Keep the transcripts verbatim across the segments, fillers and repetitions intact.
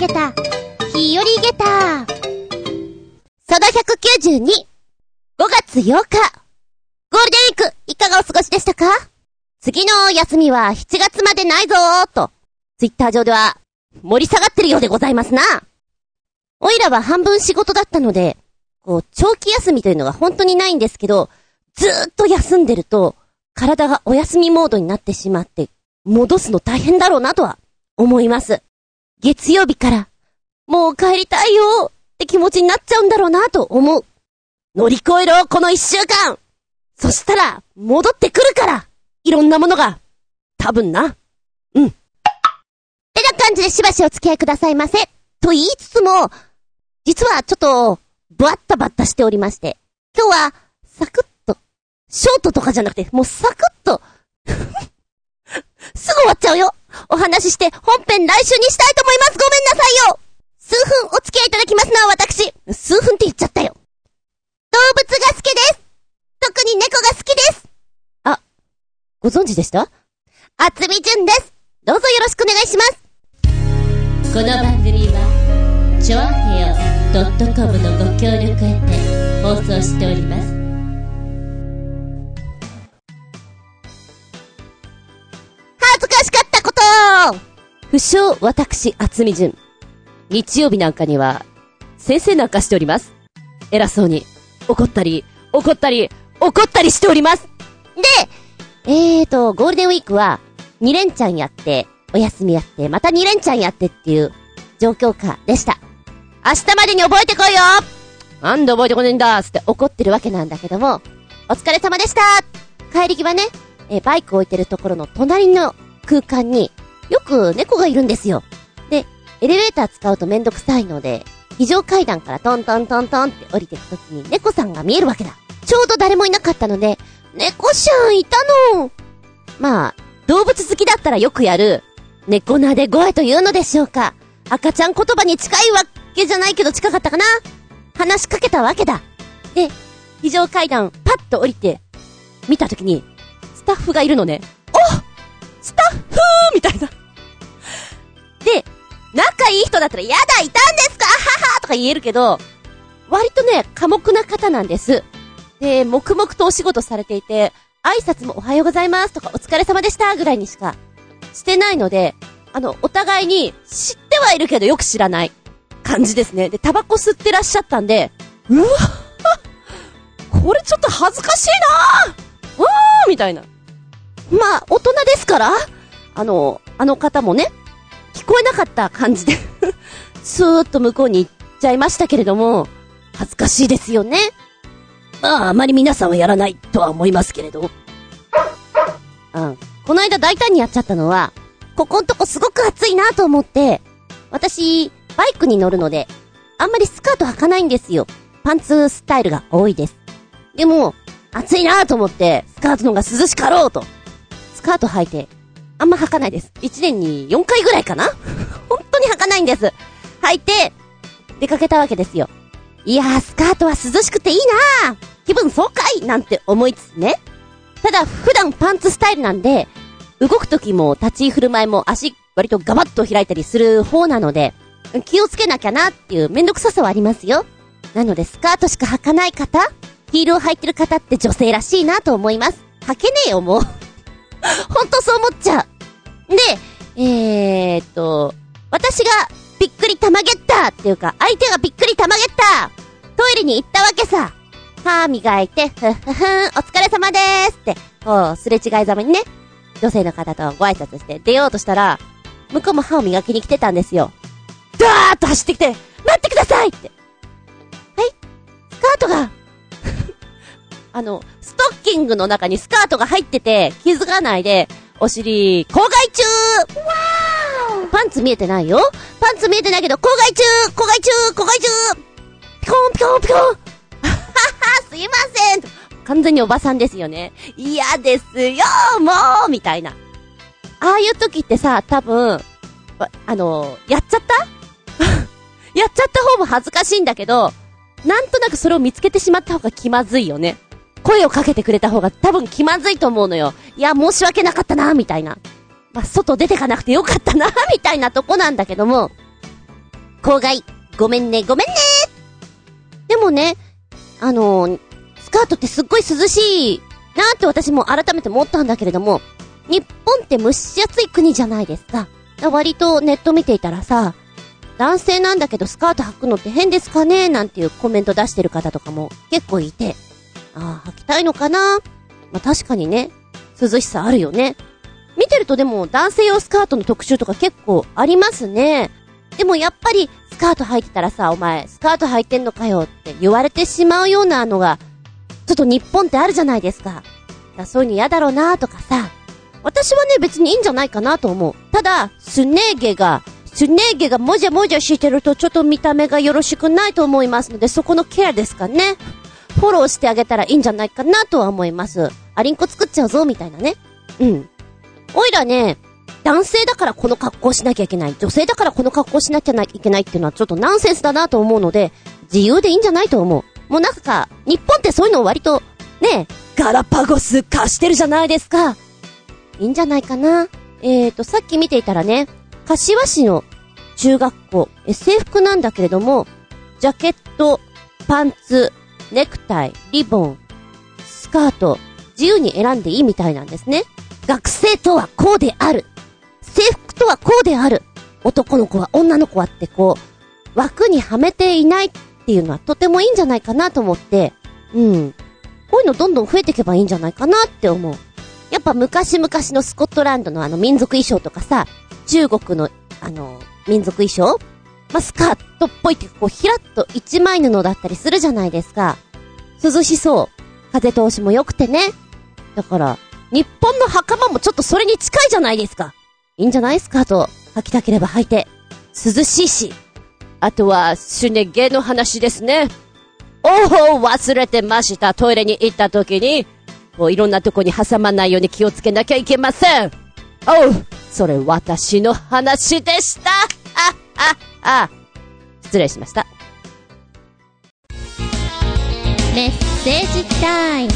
げた、日和げた。そのひゃくきゅうじゅうに、ごがつようか、ゴールデンウィーク、いかがお過ごしでしたか？次の休みはしちがつまでないぞーと、ツイッター上では盛り下がってるようでございますな。おいらは半分仕事だったので、こう、長期休みというのが本当にないんですけど、ずーっと休んでると、体がお休みモードになってしまって、戻すの大変だろうなとは思います。月曜日から、もう帰りたいよーって気持ちになっちゃうんだろうなと思う。乗り越えろ、この一週間。そしたら、戻ってくるから、いろんなものが、多分な。うん。ってな感じでしばしお付き合いくださいませ。と言いつつも、実はちょっと、バッタバッタしておりまして、今日は、サクッと、ショートとかじゃなくて、もうサクッと、すぐ終わっちゃうよ。お話しして本編来週にしたいと思います。ごめんなさいよ。数分お付き合いいただきますのは私。数分って言っちゃったよ。動物が好きです。特に猫が好きです。あ、ご存知でした？あつみじゅんです。どうぞよろしくお願いします。 この番組はちょあへよ .com のご協力へて放送しております。 恥ずかしかったこと。 不詳私あつみじゅん。日曜日なんかには先生なんかしております。偉そうに怒ったり怒ったり怒ったりしております。 で、えーとゴールデンウィークはに連チャンやってお休みやってまたに連チャンやってっていう状況下でした。明日までに覚えてこいよ。 なんで覚えてこないんだつって怒ってるわけなんだけども、お疲れ様でした。帰り際ね、えー、バイク置いてるところの隣の空間によく猫がいるんですよ。で、エレベーター使うとめんどくさいので、非常階段からトントントントンって降りていくときに猫さんが見えるわけだ。ちょうど誰もいなかったので、猫ちゃんいたの。まあ、動物好きだったらよくやる、猫なで声というのでしょうか。赤ちゃん言葉に近いわけじゃないけど近かったかな。話しかけたわけだ。で、非常階段パッと降りて、見たときに、スタッフがいるのね。お！スタッフーみたいな。で、仲いい人だったら、やだ、いたんですかははとか言えるけど、割とね、寡黙な方なんです。で、黙々とお仕事されていて、挨拶もおはようございますとかお疲れ様でしたぐらいにしかしてないので、あの、お互いに知ってはいるけどよく知らない感じですね。で、タバコ吸ってらっしゃったんで、うわこれちょっと恥ずかしいなぁわーみたいな。まあ、大人ですから、あの、あの方もね、聞こえなかった感じで、スーッと向こうに行っちゃいましたけれども、恥ずかしいですよね。 まあ、あまり皆さんはやらないとは思いますけれど。 うん。この間大胆にやっちゃったのは、ここんとこすごく暑いなと思って、私、バイクに乗るので、あんまりスカート履かないんですよ。パンツスタイルが多いです。でも、暑いなと思って、スカートの方が涼しかろうと。スカート履いて、あんま履かないです。いちねんによんかいぐらいかな本当に履かないんです。履いて、出かけたわけですよ。いやー、スカートは涼しくていいなー気分爽快なんて思いつつね。ただ、普段パンツスタイルなんで、動くときも立ち振る舞いも足割とガバッと開いたりする方なので、気をつけなきゃなっていうめんどくささはありますよ。なので、スカートしか履かない方、ヒールを履いてる方って女性らしいなと思います。履けねえよ、もう。ほんとそう思っちゃう。で、えーっと、私がびっくりたまげったっていうか、相手がびっくりたまげったトイレに行ったわけさ。歯磨いて、ふっふふん、お疲れ様でーすって、こう、すれ違いざまにね、女性の方とご挨拶して出ようとしたら、向こうも歯を磨きに来てたんですよ。ダーッと走ってきて、待ってくださいって。はい、スカートが、あの、ストッキングの中にスカートが入ってて、気づかないで、お尻、口外中わーパンツ見えてないよパンツ見えてないけど、口外中口外中口外中ピコンピコンピコンははすいません完全におばさんですよね。嫌ですよもうみたいな。ああいう時ってさ、多分、あの、やっちゃったやっちゃった方も恥ずかしいんだけど、なんとなくそれを見つけてしまった方が気まずいよね。声をかけてくれた方が多分気まずいと思うのよ。いや、申し訳なかったなみたいな。まあ、外出てかなくてよかったなみたいなとこなんだけども、 公害。ごめんね、ごめんね。でもね、あのー、スカートってすっごい涼しいなーって私も改めて思ったんだけれども、日本って蒸し暑い国じゃないですか。割とネット見ていたらさ、男性なんだけどスカート履くのって変ですかねなんていうコメント出してる方とかも結構いて、ああ、履きたいのかな。まあ、確かにね、涼しさあるよね。見てるとでも男性用スカートの特集とか結構ありますね。でもやっぱりスカート履いてたらさ、お前スカート履いてんのかよって言われてしまうようなのがちょっと日本ってあるじゃないですか。だそういうの嫌だろうなとかさ、私はね別にいいんじゃないかなと思う。ただスネーゲがスネーゲがもじゃもじゃしてるとちょっと見た目がよろしくないと思いますので、そこのケアですかね。フォローしてあげたらいいんじゃないかなとは思います。アリンコ作っちゃうぞみたいなね。うん。おいらね、男性だからこの格好しなきゃいけない、女性だからこの格好しなきゃいけないっていうのはちょっとナンセンスだなと思うので、自由でいいんじゃないと思う。もうなんか日本ってそういうの割とね、ガラパゴス化してるじゃないですか。いいんじゃないかな。えーとさっき見ていたらね、柏市の中学校、え制服なんだけれども、ジャケット、パンツ、ネクタイ、リボン、スカート、自由に選んでいいみたいなんですね。学生とはこうである。制服とはこうである。男の子は女の子はってこう、枠にはめていないっていうのはとてもいいんじゃないかなと思って、うん。こういうのどんどん増えていけばいいんじゃないかなって思う。やっぱ昔々のスコットランドのあの民族衣装とかさ、中国のあの民族衣装、まあ、スカートっぽいってこうひらっと一枚布だったりするじゃないですか。涼しそう。風通しも良くてね。だから日本の袴もちょっとそれに近いじゃないですか。いいんじゃない？スカート履きたければ履いて涼しいし。あとはシュネゲの話ですね。おお、忘れてました。トイレに行った時にこういろんなとこに挟まないように気をつけなきゃいけません。おう、それ私の話でした。あ、あ、あ、失礼しました。 メッセージタイム。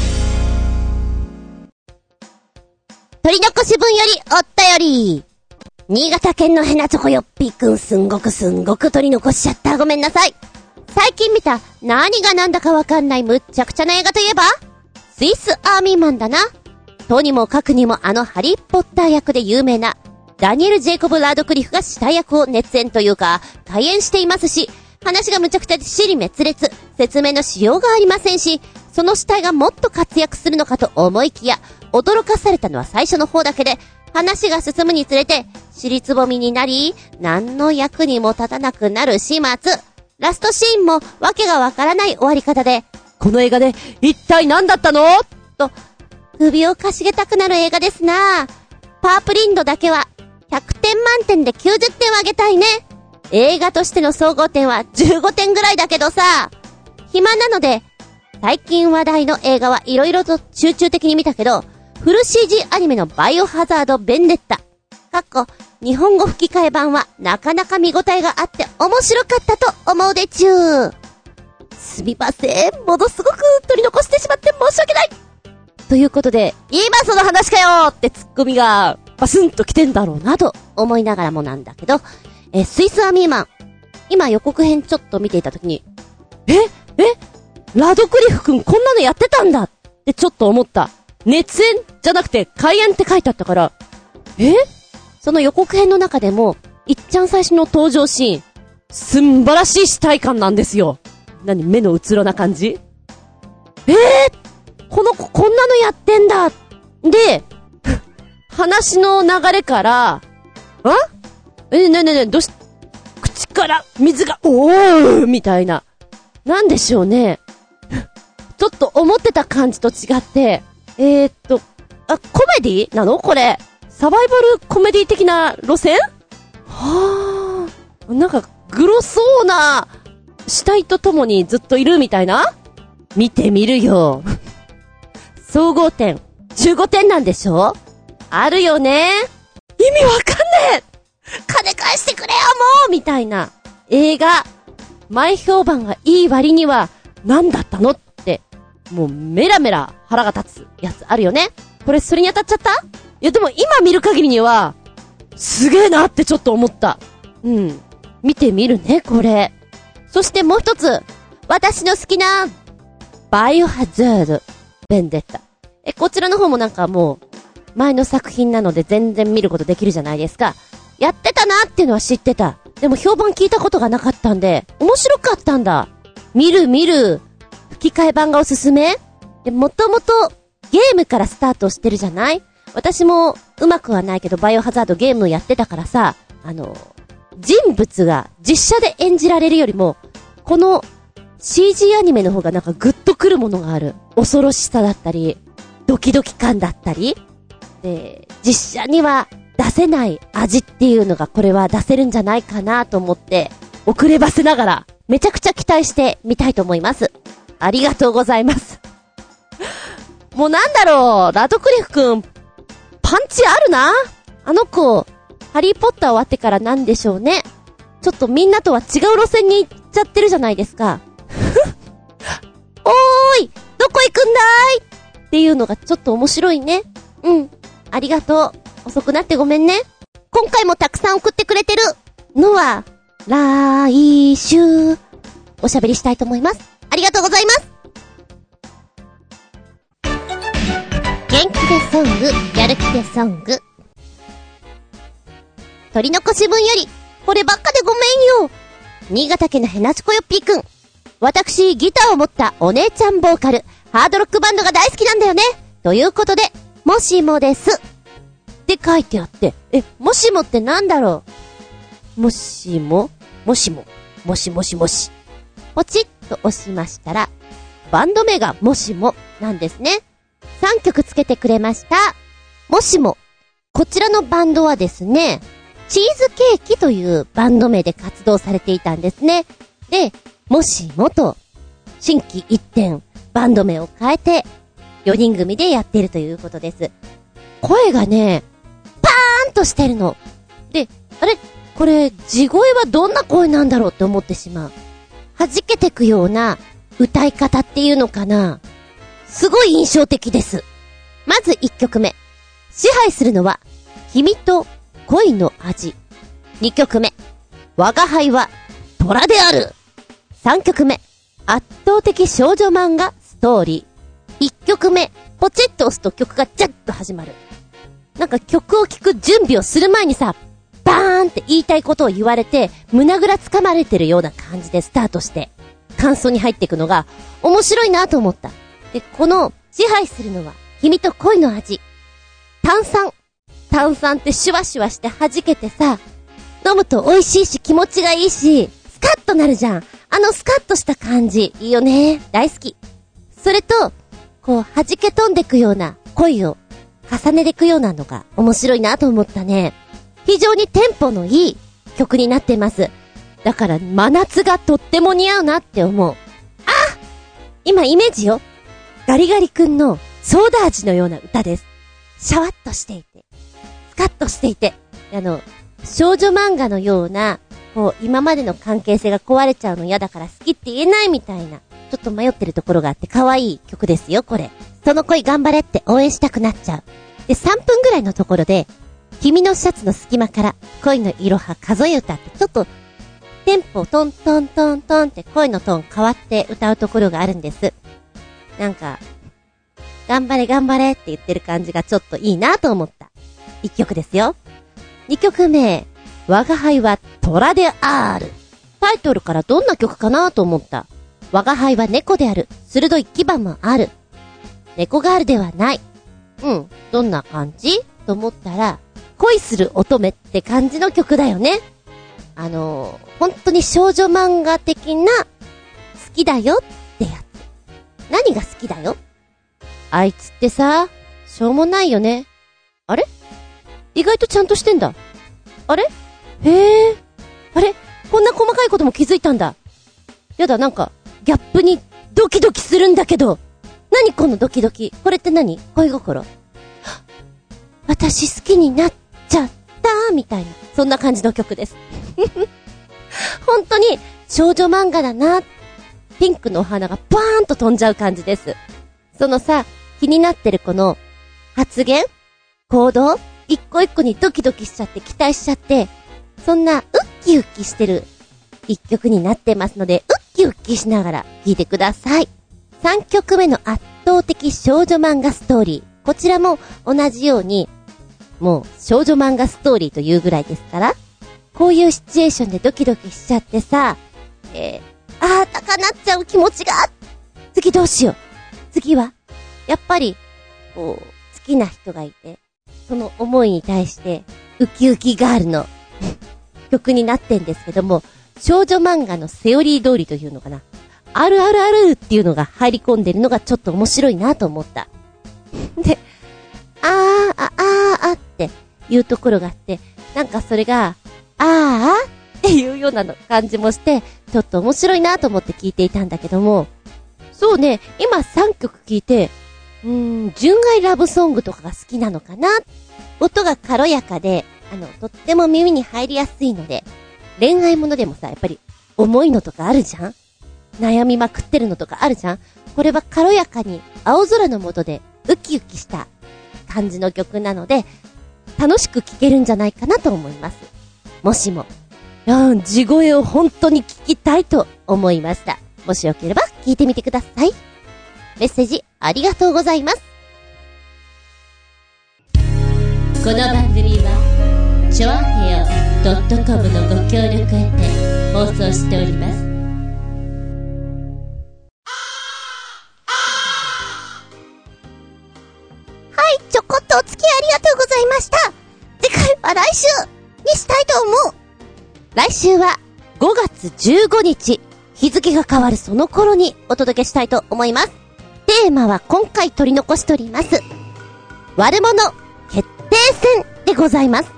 取り残し分よりおったより。新潟県のヘナチョコよっぴーくん、すんごくすんごく取り残しちゃった。ごめんなさい。最近見た何がなんだかわかんないむっちゃくちゃな映画といえばスイスアーミーマンだな。とにもかくにもあのハリーポッター役で有名なダニエル・ジェイコブ・ラードクリフが死体役を熱演というか開演していますし、話がむちゃくちゃで尻滅裂、説明のしようがありませんし、その死体がもっと活躍するのかと思いきや、驚かされたのは最初の方だけで、話が進むにつれて尻つぼみになり、何の役にも立たなくなる始末。ラストシーンもわけがわからない終わり方で、 この映画で一体何だったのと首をかしげたくなる映画ですな。パープリンドだけはひゃくてん満点できゅうじゅってんをあげたいね。映画としての総合点はじゅうごてんぐらいだけどさ、暇なので最近話題の映画はいろいろと集中的に見たけど、フル シージー アニメのバイオハザードベンデッタかっこ日本語吹き替え版はなかなか見応えがあって面白かったと思うでちゅー。すみません、ものすごく取り残してしまって申し訳ない。ということで、今その話かよってツッコミがバスンと来てんだろうなと思いながらもなんだけど、えスイスアーミーマン、今予告編ちょっと見ていたときに、ええラドクリフ君こんなのやってたんだってちょっと思った。熱演じゃなくて開演って書いてあったから、えその予告編の中でもいっちゃん最初の登場シーン、すんばらしい死体感なんですよ。何、目のうつろな感じ。えーこの子こんなのやってんだ。で話の流れからあえねねねどうし口から水がおーみたいな、なんでしょうねちょっと思ってた感じと違って、えーっとあコメディなのこれ、サバイバルコメディ的な路線はあ、なんかグロそうな死体と共にずっといるみたいな。見てみるよ総合点じゅうごてんなんでしょ。あるよね。意味わかんねえ、金返してくれよもうみたいな映画。前評判がいい割には何だったのってもうメラメラ腹が立つやつあるよね。これそれに当たっちゃった。いやでも今見る限りにはすげえなってちょっと思った。うん、 見てみるね、これ。そしてもう一つ、私の好きな、バイオハザード、ベンデッタ。え、こちらの方もなんかもう、前の作品なので全然見ることできるじゃないですか。やってたなっていうのは知ってた。でも評判聞いたことがなかったんで、面白かったんだ。見る見る。吹き替え版がおすすめ？で、もともとゲームからスタートしてるじゃない？私もうまくはないけどバイオハザードゲームやってたからさ、あの、人物が実写で演じられるよりも、この シージー アニメの方がなんかグッとくるものがある。恐ろしさだったり、ドキドキ感だったり。で、実写には出せない味っていうのがこれは出せるんじゃないかなと思って、遅ればせながらめちゃくちゃ期待してみたいと思います。ありがとうございます。もうなんだろう、ラドクリフ君、パンチあるな。あの子、ハリーポッター終わってからなんでしょうね。ちょっとみんなとは違う路線に行っちゃってるじゃないですか。おーい、どこ行くんだーいっていうのがちょっと面白いね。うん。ありがとう。遅くなってごめんね。今回もたくさん送ってくれてるのは、来週、おしゃべりしたいと思います。ありがとうございます。元気でソング、やる気でソング。取り残し分より、こればっかでごめんよ。新潟県のヘナチコヨッピーくん。私、ギターを持ったお姉ちゃんボーカル、ハードロックバンドが大好きなんだよね。ということで、もしもです。って書いてあって、え、もしもってなんだろう。もしも、もしも、もしもしもし。ポチッと押しましたら、バンド名がもしもなんですね。さんきょくつけてくれました。もしも。こちらのバンドはですね、チーズケーキというバンド名で活動されていたんですね。で、もしもと、新規一点、バンド名を変えて、よにん組でやっているということです。声がね、パーンとしてるの。で、あれこれ、地声はどんな声なんだろうって思ってしまう。弾けてくような歌い方っていうのかな。すごい印象的です。まずいっきょくめ。支配するのは、君と恋の味。にきょくめ。我が輩は虎である。さんきょくめ。圧倒的少女漫画ストーリー。いっきょくめ。ポチッと押すと曲がジャッと始まる。なんか曲を聴く準備をする前にさ、バーンって言いたいことを言われて、胸ぐらつかまれてるような感じでスタートして、感想に入っていくのが面白いなと思った。で、この支配するのは君と恋の味。炭酸。炭酸ってシュワシュワして弾けてさ、飲むと美味しいし気持ちがいいし、スカッとなるじゃん。あのスカッとした感じ、いいよね。大好き。それと、こう弾け飛んでくような恋を重ねてくようなのが面白いなと思ったね。非常にテンポのいい曲になってます。だから真夏がとっても似合うなって思う。あ！今イメージよ。ガリガリ君のソーダ味のような歌です。シャワッとしていて、スカッとしていて、あの、少女漫画のような、こう、今までの関係性が壊れちゃうの嫌だから好きって言えないみたいな、ちょっと迷ってるところがあって可愛い曲ですよ、これ。その恋頑張れって応援したくなっちゃう。で、さんぷんぐらいのところで、君のシャツの隙間から恋のいろは数え歌って、ちょっと、テンポトントントントンって声のトーン変わって歌うところがあるんです。なんか、頑張れ頑張れって言ってる感じがちょっといいなと思った一曲ですよ。二曲目、我が輩は虎である。タイトルからどんな曲かなと思った。我が輩は猫である。鋭い牙もある。猫ガールではない。うん、どんな感じと思ったら、恋する乙女って感じの曲だよね。あのー、本当に少女漫画的な好きだよってやつ。何が好きだよ？あいつってさ、しょうもないよね。あれ？意外とちゃんとしてんだ。あれ？へえ。あれ？こんな細かいことも気づいたんだ。やだ、なんか、ギャップにドキドキするんだけど。何このドキドキ。これって何？恋心？私好きになっちゃったみたいな。そんな感じの曲です。本当に少女漫画だな。ピンクのお花がバーンと飛んじゃう感じです。そのさ、気になってるこの発言？行動？一個一個にドキドキしちゃって期待しちゃって、そんなウッキウキしてる一曲になってますので、ウッキウッキしながら聴いてください。さんきょくめの圧倒的少女漫画ストーリー。こちらも同じように、もう少女漫画ストーリーというぐらいですから、こういうシチュエーションでドキドキしちゃってさ、えー、あー高鳴っちゃう気持ちが、次どうしよう。次は、やっぱり、こう、好きな人がいて、その思いに対して、ウキウキガールの曲になってんですけども、少女漫画のセオリー通りというのかな。あるあるあるっていうのが入り込んでるのがちょっと面白いなと思った。で、あー、あ、あー、あっていうところがあって、なんかそれが、あー、あっていうようなの感じもして、ちょっと面白いなと思って聞いていたんだけども、そうね、今さんきょく聞いて、うーん、純愛ラブソングとかが好きなのかな。音が軽やかで、あの、とっても耳に入りやすいので、恋愛ものでもさ、やっぱり重いのとかあるじゃん？悩みまくってるのとかあるじゃん？これは軽やかに青空の下でウキウキした感じの曲なので、楽しく聴けるんじゃないかなと思います。もしも、うん、地声を本当に聞きたいと思いました。もしよければ聞いてみてください。メッセージありがとうございます。 この番組はチョアヘオ .com のご協力へて放送しております。 はい、ちょこっとお付き合いありがとうございました。次回は来週にしたいと思う。来週はごがつじゅうごにち、日付が変わるその頃にお届けしたいと思います。テーマは今回取り残しております。悪者決定戦でございます。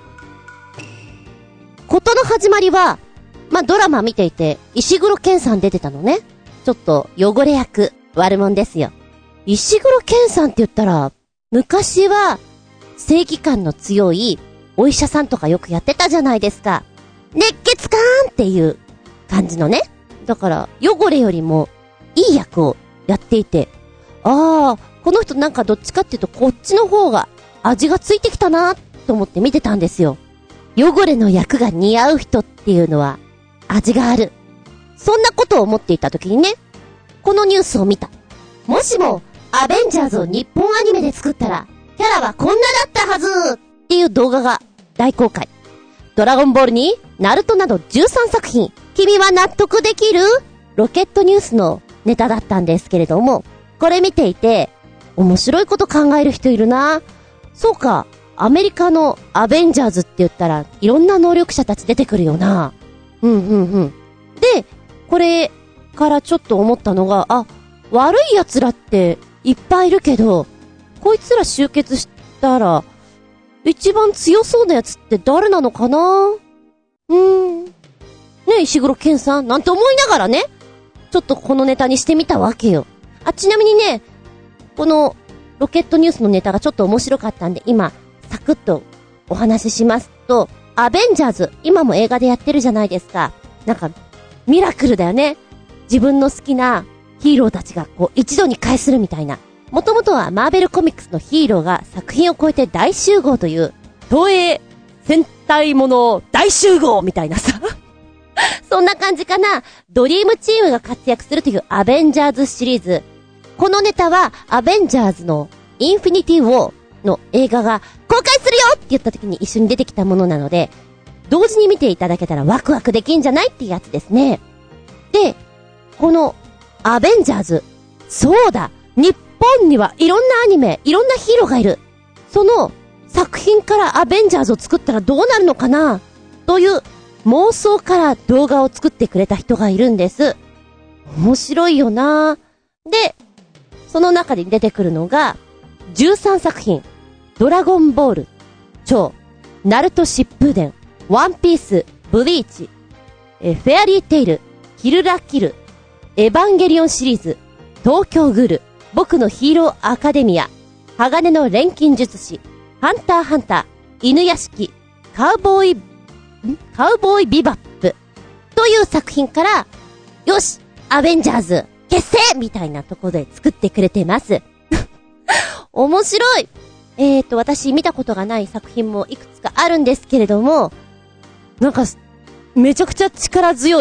ことの始まりは、まあ、ドラマ見ていて、石黒賢さん出てたのね。ちょっと汚れ役、悪者ですよ。石黒賢さんって言ったら、昔は正義感の強いお医者さんとかよくやってたじゃないですか。熱血感っていう感じのね。だから汚れよりもいい役をやっていて、ああ、この人なんかどっちかっていうとこっちの方が味がついてきたなと思って見てたんですよ。汚れの役が似合う人っていうのは味がある。そんなことを思っていた時にね、このニュースを見た。もしもアベンジャーズを日本アニメで作ったらキャラはこんなだったはずっていう動画が大公開。ドラゴンボールにナルトなどじゅうさんさくひん、君は納得できる？ロケットニュースのネタだったんですけれども、これ見ていて面白いこと考える人いるな。そうか、アメリカのアベンジャーズって言ったらいろんな能力者たち出てくるよな。うんうんうん。で、これからちょっと思ったのが、あ、悪い奴らっていっぱいいるけど、こいつら集結したら一番強そうなやつって誰なのかな？うーん。ね、石黒賢さんなんて思いながらね、ちょっとこのネタにしてみたわけよ。あ、ちなみにね、このロケットニュースのネタがちょっと面白かったんで、今サクッとお話ししますと、アベンジャーズ、今も映画でやってるじゃないですか。なんかミラクルだよね。自分の好きなヒーローたちがこう一度に会するみたいな。もともとはマーベルコミックスのヒーローが作品を超えて大集合という東映戦隊もの大集合みたいなさそんな感じかな。ドリームチームが活躍するというアベンジャーズシリーズ。このネタはアベンジャーズのインフィニティウォーの映画が公開するよって言った時に一緒に出てきたものなので、同時に見ていただけたらワクワクできんじゃないっていうやつですね。で、このアベンジャーズ、そうだ、日本にはいろんなアニメ、いろんなヒーローがいる。その作品からアベンジャーズを作ったらどうなるのかなという妄想から動画を作ってくれた人がいるんです。面白いよな。で、その中で出てくるのがじゅうさんさくひん、ドラゴンボール、超、ナルト疾風伝、ワンピース、ブリーチ、えフェアリーテイル、キルラキル、エヴァンゲリオンシリーズ、東京グル、僕のヒーローアカデミア、鋼の錬金術師、ハンターハンター、犬屋敷、カウボーイ、んカウボーイビバップという作品から、よし、アベンジャーズ結成みたいなところで作ってくれてます。面白い。えーと、私見たことがない作品もいくつかあるんですけれども、なんか、めちゃくちゃ力強い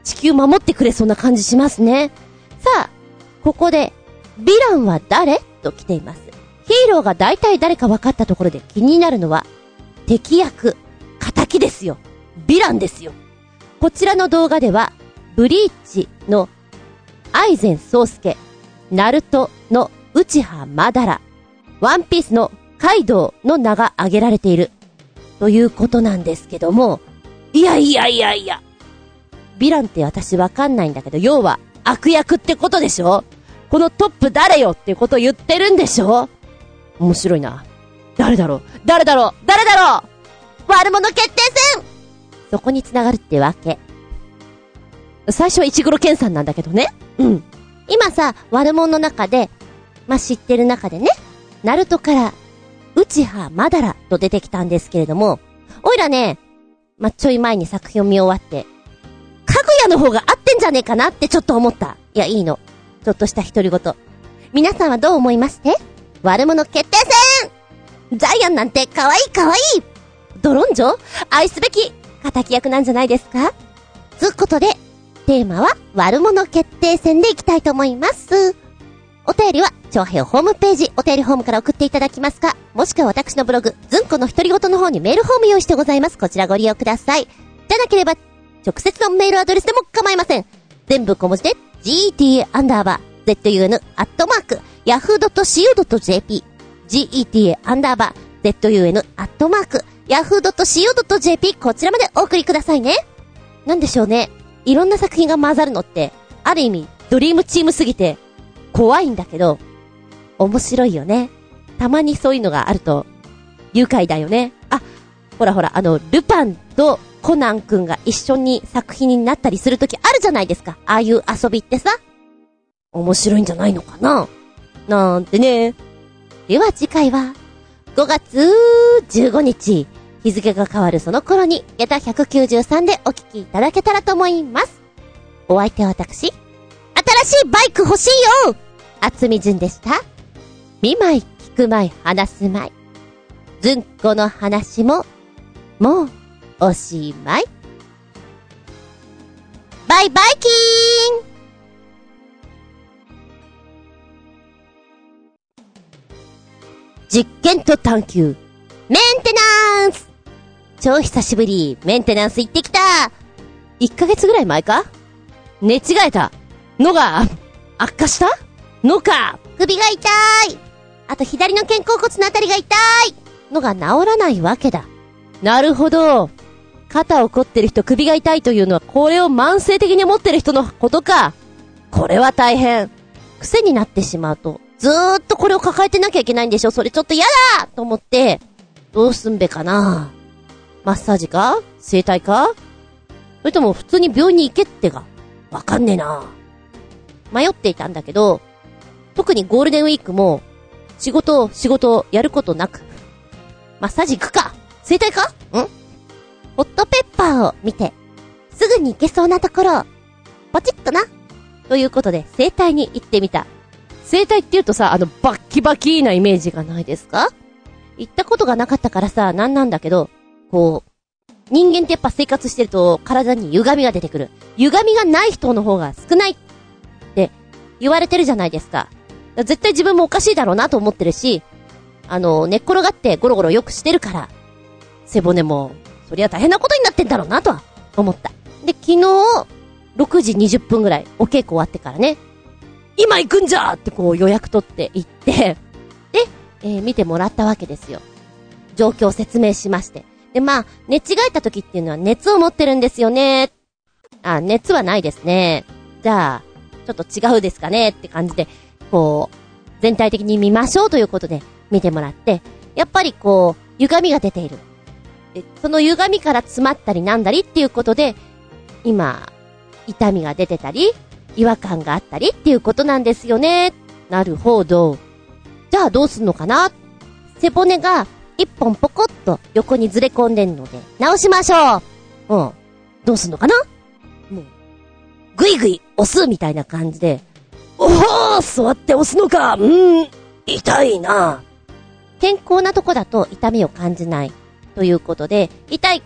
地球守ってくれそうな感じしますね。さあ、ここで、ヴィランは誰と来ています。ヒーローが大体誰か分かったところで気になるのは、敵役、仇ですよ。ヴィランですよ。こちらの動画では、ブリーチの愛禅宗介、ナルトの内葉マダラ、ワンピースのカイドウの名が挙げられているということなんですけども、いやいやいやいや、ヴィランって私わかんないんだけど、要は悪役ってことでしょ。このトップ誰よっていうことを言ってるんでしょ。面白いな。誰だろう誰だろう誰だろう悪者決定戦。そこに繋がるってわけ。最初は石黒賢さんなんだけどね。うん。今さ、悪者の中で、まあ、知ってる中でね、ナルトから内葉マダラと出てきたんですけれども、おいらね、まあ、ちょい前に作品を見終わって、かぐやの方が合ってんじゃねえかなってちょっと思った。いや、いいの。ちょっとした独り言。皆さんはどう思いまして？悪者決定戦！ジャイアンなんて可愛い可愛い！ドロンジョ愛すべき敵役なんじゃないですか？つうことで、テーマは悪者決定戦でいきたいと思います。お便りは、長編ホームページ、お便りフォームから送っていただきますか、もしくは私のブログ、ずんこの独り言の方にメールフォーム用意してございます。こちらご利用ください。じゃなければ、直接のメールアドレスでも構いません。全部小文字で、geta アンダーバー、zun アットマーク、yahoo.co.jp、geta アンダーバー、zun アットマーク、yahoo.co.jp、こちらまでお送りくださいね。なんでしょうね。いろんな作品が混ざるのって、ある意味、ドリームチームすぎて、怖いんだけど、面白いよね。たまにそういうのがあると、愉快だよね。あ、ほらほら、あの、ルパンとコナンくんが一緒に作品になったりするときあるじゃないですか。ああいう遊びってさ。面白いんじゃないのかななんてね。では次回は、ごがつじゅうごにち、日付が変わるその頃に、下駄ひゃくきゅうじゅうさんでお聞きいただけたらと思います。お相手は私、新しいバイク欲しいよあつみじゅんでした。見舞い、聞く舞い、話す舞い。ずんこの話も、もう、おしまい。バイバイキーン。実験と探求、メンテナンス。超久しぶり、メンテナンス行ってきた。いっかげつぐらい前か？寝違えたのが悪化したのか。首が痛い。あと左の肩甲骨のあたりが痛いのが治らないわけだ。なるほど。肩を凝ってる人、首が痛いというのはこれを慢性的に持ってる人のことか。これは大変。癖になってしまうとずーっとこれを抱えてなきゃいけないんでしょ。それちょっと嫌だと思って、どうすんべかな。マッサージか整体か、それとも普通に病院に行けってかわかんねえな。迷っていたんだけど、特にゴールデンウィークも仕事仕事やることなく、マッサージ行くか整体かんホットペッパーを見てすぐに行けそうなところをポチッとなということで整体に行ってみた。整体って言うとさ、あのバッキバキなイメージがないですか？行ったことがなかったからさ、なんなんだけど、こう人間ってやっぱ生活してると体に歪みが出てくる。歪みがない人の方が少ないって言われてるじゃないですか。絶対自分もおかしいだろうなと思ってるし、あの寝っ転がってゴロゴロよくしてるから背骨もそりゃ大変なことになってんだろうなとは思った。で、昨日ろくじにじゅっぷんぐらいお稽古終わってからね、今行くんじゃーってこう予約取って行ってで、えー、見てもらったわけですよ。状況を説明しまして、で、まあ寝違えた時っていうのは熱を持ってるんですよね。あ、熱はないですね。じゃあちょっと違うですかねって感じで、こう全体的に見ましょうということで見てもらって、やっぱりこう歪みが出ている。で、その歪みから詰まったりなんだりっていうことで、今痛みが出てたり違和感があったりっていうことなんですよね。なるほど。じゃあどうすんのかな。背骨が一本ポコッと横にずれ込んでんので直しましょう。うん。どうすんのかな。もうぐいぐい押すみたいな感じで、おー座って押すのか。うーん、痛いな。健康なとこだと痛みを感じないということで、痛い痛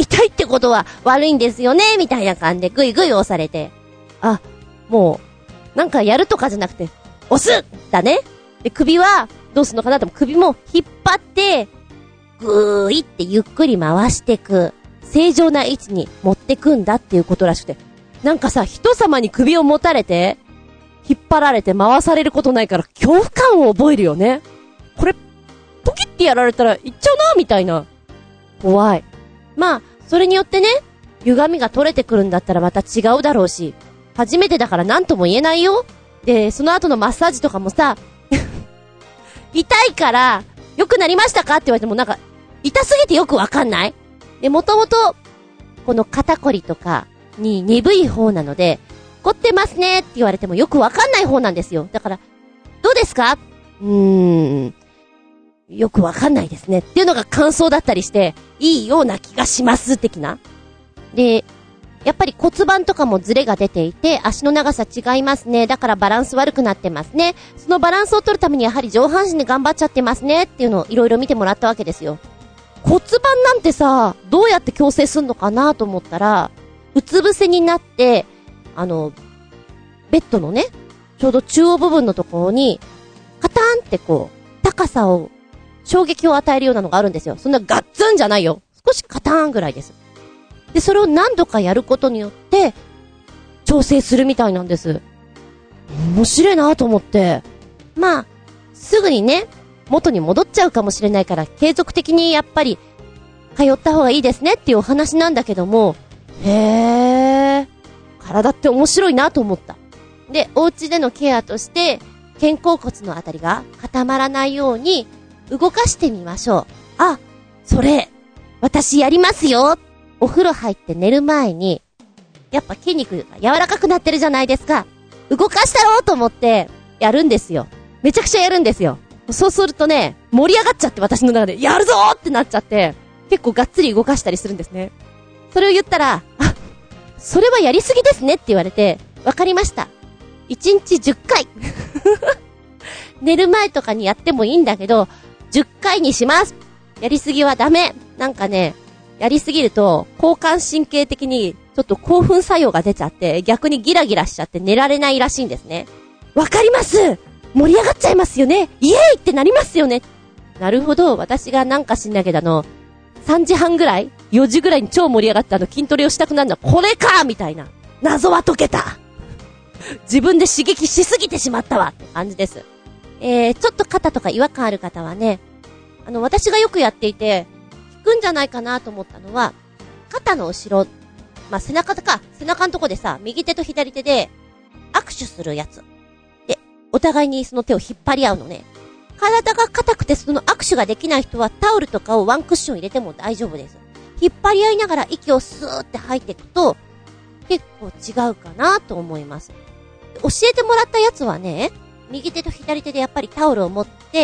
痛いってことは悪いんですよね、みたいな感じでぐいぐい押されて。あ、もう、なんかやるとかじゃなくて、押すだね。で、首は、どうすんのかなと思う。首も引っ張って、ぐーいってゆっくり回してく。正常な位置に持ってくんだっていうことらしくて。なんかさ、人様に首を持たれて、引っ張られて回されることないから恐怖感を覚えるよね。これ、ポキってやられたらいっちゃうな、みたいな。怖い。まあ、それによってね、歪みが取れてくるんだったらまた違うだろうし、初めてだから何とも言えないよ。で、その後のマッサージとかもさ、痛いから、良くなりましたかって言われてもなんか、痛すぎてよくわかんない。で、もともと、この肩こりとかに鈍い方なので、凝ってますねって言われてもよくわかんない方なんですよ。だから、どうですか？うーん、よくわかんないですねっていうのが感想だったりして、いいような気がします的な。で、やっぱり骨盤とかもズレが出ていて、足の長さ違いますね。だからバランス悪くなってますね。そのバランスを取るためにやはり上半身で頑張っちゃってますねっていうのをいろいろ見てもらったわけですよ。骨盤なんてさ、どうやって矯正すんのかなと思ったら、うつ伏せになって、あの、ベッドのね、ちょうど中央部分のところに、カタンってこう、高さを、衝撃を与えるようなのがあるんですよ。そんなガッツンじゃないよ。少しカターンぐらいです。で、それを何度かやることによって、調整するみたいなんです。面白いなと思って。まあ、すぐにね、元に戻っちゃうかもしれないから、継続的にやっぱり、通った方がいいですねっていうお話なんだけども、へー、体って面白いなと思った。で、お家でのケアとして、肩甲骨のあたりが固まらないように、動かしてみましょう。あ、それ、私やりますよ。お風呂入って寝る前に、やっぱ筋肉が柔らかくなってるじゃないですか。動かしたろうと思って、やるんですよ。めちゃくちゃやるんですよ。そうするとね、盛り上がっちゃって私の中で、やるぞーってなっちゃって、結構がっつり動かしたりするんですね。それを言ったら、あ、それはやりすぎですねって言われて、わかりました。いちにちじゅっかい。寝る前とかにやってもいいんだけど、じゅっかいにします。やりすぎはダメ。なんかね、やりすぎると、交感神経的に、ちょっと興奮作用が出ちゃって、逆にギラギラしちゃって寝られないらしいんですね。わかります。盛り上がっちゃいますよね。イエーイってなりますよね。なるほど。私がなんか知んなきゃだの、さんじはんぐらい ?よじぐらいに超盛り上がってあの筋トレをしたくなるのはこれかみたいな。謎は解けた。自分で刺激しすぎてしまったわって感じです。えー、ちょっと肩とか違和感ある方はね、あの、私がよくやっていて、効くんじゃないかなと思ったのは、肩の後ろ、まあ、背中とか、背中のとこでさ、右手と左手で握手するやつ。で、お互いにその手を引っ張り合うのね。体が硬くてその握手ができない人はタオルとかをワンクッション入れても大丈夫です。引っ張り合いながら息をスーって吐いていくと、結構違うかなと思います。教えてもらったやつはね、右手と左手でやっぱりタオルを持って、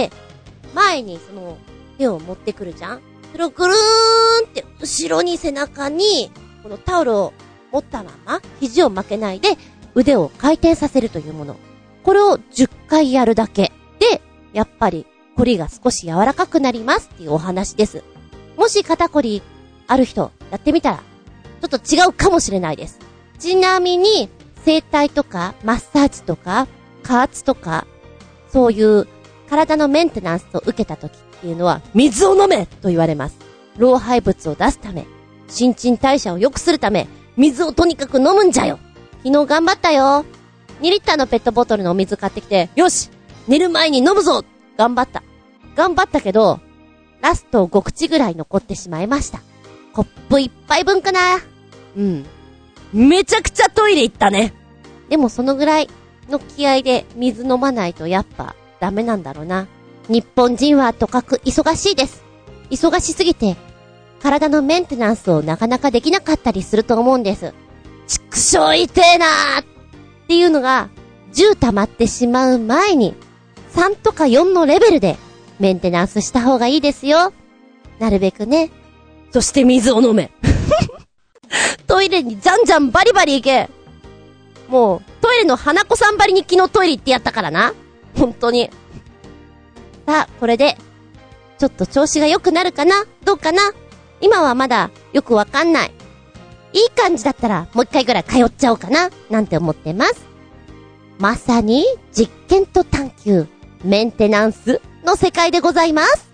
前にその手を持ってくるじゃん。それをぐるーんって後ろに背中に、このタオルを持ったまま、肘を負けないで腕を回転させるというもの。これをじゅっかいやるだけで、やっぱり凝りが少し柔らかくなりますっていうお話です。もし肩こりある人、やってみたら、ちょっと違うかもしれないです。ちなみに、整体とか、マッサージとか、加圧とか、そういう体のメンテナンスを受けた時っていうのは、水を飲めと言われます。老廃物を出すため、新陳代謝を良くするため、水をとにかく飲むんじゃよ。昨日頑張ったよ。にリッターのペットボトルのお水買ってきて、よし寝る前に飲むぞ頑張った。頑張ったけど、ラストご口ぐらい残ってしまいました。コップ一杯分かな。うん。めちゃくちゃトイレ行ったね。でもそのぐらいの気合で水飲まないとやっぱダメなんだろうな。日本人はとかく忙しいです。忙しすぎて体のメンテナンスをなかなかできなかったりすると思うんです。ちくしょう痛えなーっていうのがじゅう溜まってしまう前にさんとかよんのレベルでメンテナンスした方がいいですよ。なるべくね。そして水を飲め。トイレにじゃんじゃんバリバリ行け。もうトイレの花子さんばりに昨日トイレ行ってやったからな。本当に。さあ、これでちょっと調子が良くなるかなどうかな。 今はまだよくわかんない。いい感じだったらもう一回ぐらい通っちゃおうかな、なんて思ってます。まさに実験と探求、メンテナンスの世界でございます。